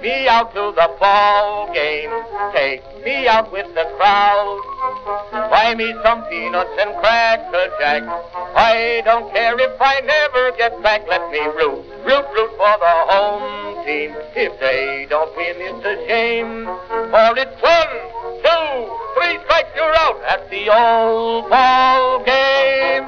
me out to the ball game. Take me out with the crowd. Buy me some peanuts and Cracker Jack. I don't care if I never get back. Let me root for the home team. If they don't win, it's a shame. For it's 1, 2, 3 strikes, you're out at the old ball game.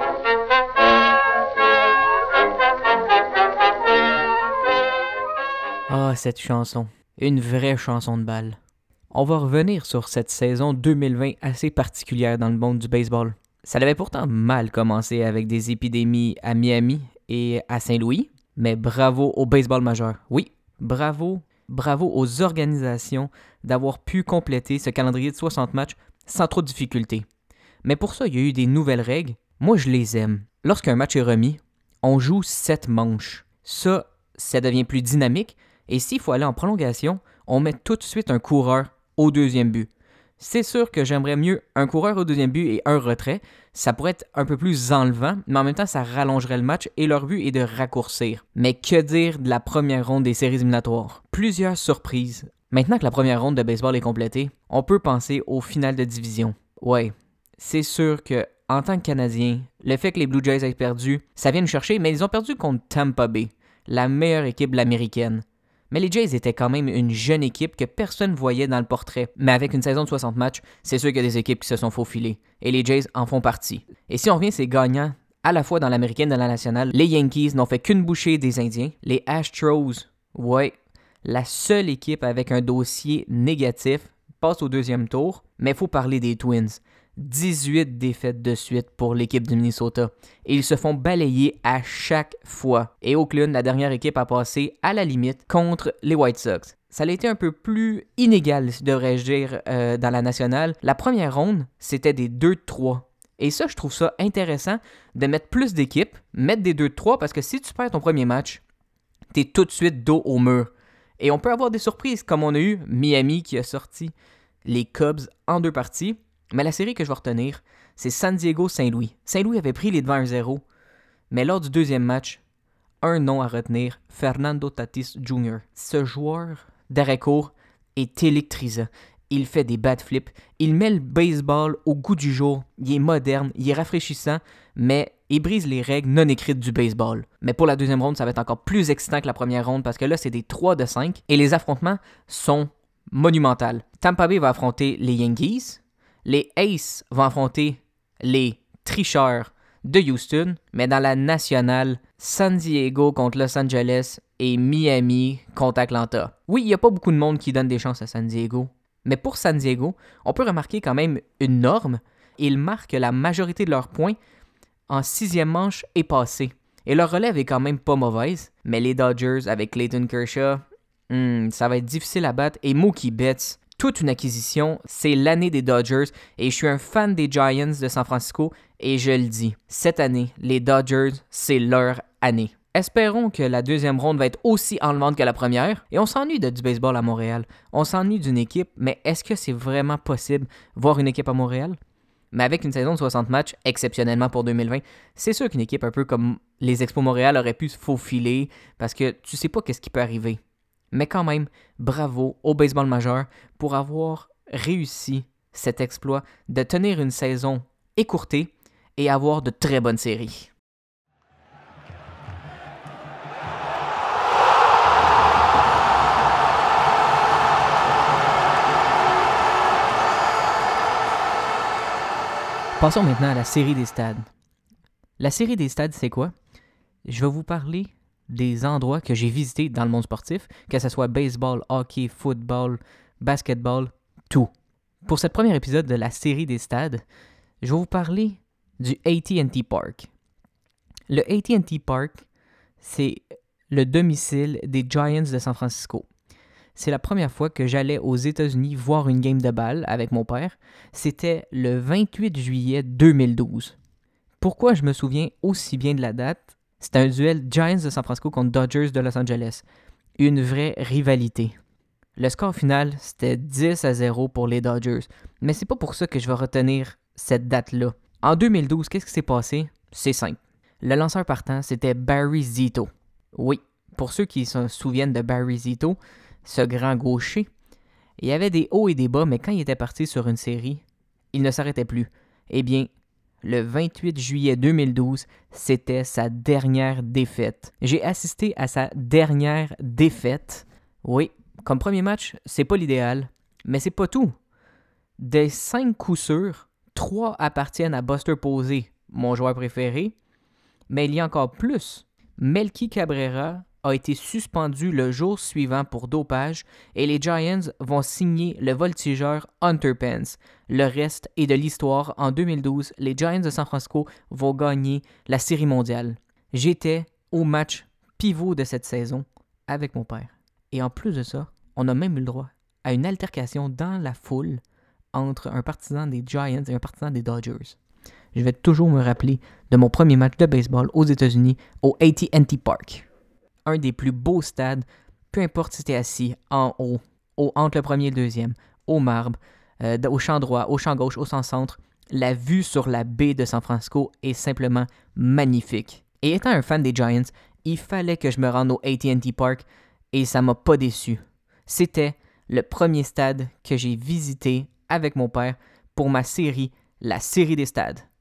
Ah, cette chanson. Une vraie chanson de balle. On va revenir sur cette saison 2020 assez particulière dans le monde du baseball. Ça avait pourtant mal commencé avec des épidémies à Miami et à Saint-Louis, mais bravo au baseball majeur. Oui, bravo aux organisations d'avoir pu compléter ce calendrier de 60 matchs sans trop de difficultés. Mais pour ça, il y a eu des nouvelles règles. Moi, je les aime. Lorsqu'un match est remis, on joue 7 manches. Ça devient plus dynamique. Et s'il faut aller en prolongation, on met tout de suite un coureur au deuxième but. C'est sûr que j'aimerais mieux un coureur au deuxième but et un retrait. Ça pourrait être un peu plus enlevant, mais en même temps, ça rallongerait le match et leur but est de raccourcir. Mais que dire de la première ronde des séries éliminatoires? Plusieurs surprises. Maintenant que la première ronde de baseball est complétée, on peut penser aux finales de division. Ouais, c'est sûr que en tant que Canadien, le fait que les Blue Jays aient perdu, ça vient nous chercher, mais ils ont perdu contre Tampa Bay, la meilleure équipe de l'américaine. Mais les Jays étaient quand même une jeune équipe que personne ne voyait dans le portrait. Mais avec une saison de 60 matchs, c'est sûr qu'il y a des équipes qui se sont faufilées. Et les Jays en font partie. Et si on revient, c'est gagnant à la fois dans l'américaine et dans la nationale. Les Yankees n'ont fait qu'une bouchée des Indiens. Les Astros, ouais, la seule équipe avec un dossier négatif, passe au deuxième tour. Mais il faut parler des Twins. 18 défaites de suite pour l'équipe du Minnesota. Et ils se font balayer à chaque fois. Et Oakland, la dernière équipe à passer à la limite contre les White Sox. Ça a été un peu plus inégal, devrais-je dire, dans la nationale. La première ronde, c'était des 2-3. Et ça, je trouve ça intéressant de mettre plus d'équipes, mettre des 2-3, parce que si tu perds ton premier match, t'es tout de suite dos au mur. Et on peut avoir des surprises, comme on a eu Miami qui a sorti les Cubs en 2 parties. Mais la série que je vais retenir, c'est San Diego-Saint-Louis. Saint-Louis avait pris les devants 1-0, mais lors du deuxième match, un nom à retenir, Fernando Tatis Jr. Ce joueur d'arrêt-court est électrisant. Il fait des bat flips, il met le baseball au goût du jour, il est moderne, il est rafraîchissant, mais il brise les règles non écrites du baseball. Mais pour la deuxième ronde, ça va être encore plus excitant que la première ronde parce que là, c'est des 3 de 5 et les affrontements sont monumentaux. Tampa Bay va affronter les Yankees. Les Aces vont affronter les tricheurs de Houston, mais dans la nationale, San Diego contre Los Angeles et Miami contre Atlanta. Oui, il n'y a pas beaucoup de monde qui donne des chances à San Diego, mais pour San Diego, on peut remarquer quand même une norme. Ils marquent la majorité de leurs points en 6e manche et passée. Et leur relève est quand même pas mauvaise, mais les Dodgers avec Clayton Kershaw, ça va être difficile à battre. Et Mookie Betts, toute une acquisition, c'est l'année des Dodgers et je suis un fan des Giants de San Francisco et je le dis, cette année, les Dodgers, c'est leur année. Espérons que la deuxième ronde va être aussi enlevante que la première et on s'ennuie du baseball à Montréal. On s'ennuie d'une équipe, mais est-ce que c'est vraiment possible voir une équipe à Montréal? Mais avec une saison de 60 matchs, exceptionnellement pour 2020, c'est sûr qu'une équipe un peu comme les Expos Montréal aurait pu se faufiler parce que tu sais pas qu'est-ce qui peut arriver. Mais quand même, bravo au baseball majeur pour avoir réussi cet exploit de tenir une saison écourtée et avoir de très bonnes séries. Passons maintenant à la série des stades. La série des stades, c'est quoi? Je vais vous parler des endroits que j'ai visités dans le monde sportif, que ce soit baseball, hockey, football, basketball, tout. Pour ce premier épisode de la série des stades, je vais vous parler du AT&T Park. Le AT&T Park, c'est le domicile des Giants de San Francisco. C'est la première fois que j'allais aux États-Unis voir une game de balle avec mon père. C'était le 28 juillet 2012. Pourquoi je me souviens aussi bien de la date? C'était un duel Giants de San Francisco contre Dodgers de Los Angeles. Une vraie rivalité. Le score final, c'était 10-0 pour les Dodgers. Mais c'est pas pour ça que je vais retenir cette date-là. En 2012, qu'est-ce qui s'est passé? C'est simple. Le lanceur partant, c'était Barry Zito. Oui, pour ceux qui se souviennent de Barry Zito, ce grand gaucher. Il y avait des hauts et des bas, mais quand il était parti sur une série, il ne s'arrêtait plus. Eh bien, le 28 juillet 2012, c'était sa dernière défaite. J'ai assisté à sa dernière défaite. Oui, comme premier match, c'est pas l'idéal, mais c'est pas tout. Des 5 coups sûrs, 3 appartiennent à Buster Posey, mon joueur préféré, mais il y a encore plus. Melky Cabrera a été suspendu le jour suivant pour dopage et les Giants vont signer le voltigeur Hunter Pence. Le reste est de l'histoire. En 2012, les Giants de San Francisco vont gagner la Série mondiale. J'étais au match pivot de cette saison avec mon père. Et en plus de ça, on a même eu le droit à une altercation dans la foule entre un partisan des Giants et un partisan des Dodgers. Je vais toujours me rappeler de mon premier match de baseball aux États-Unis au AT&T Park. Un des plus beaux stades, peu importe si tu es assis en haut, entre le premier et le deuxième, au marbre, au champ droit, au champ gauche, au champ centre, la vue sur la baie de San Francisco est simplement magnifique. Et étant un fan des Giants, il fallait que je me rende au AT&T Park et ça m'a pas déçu. C'était le premier stade que j'ai visité avec mon père pour ma série, la série des stades.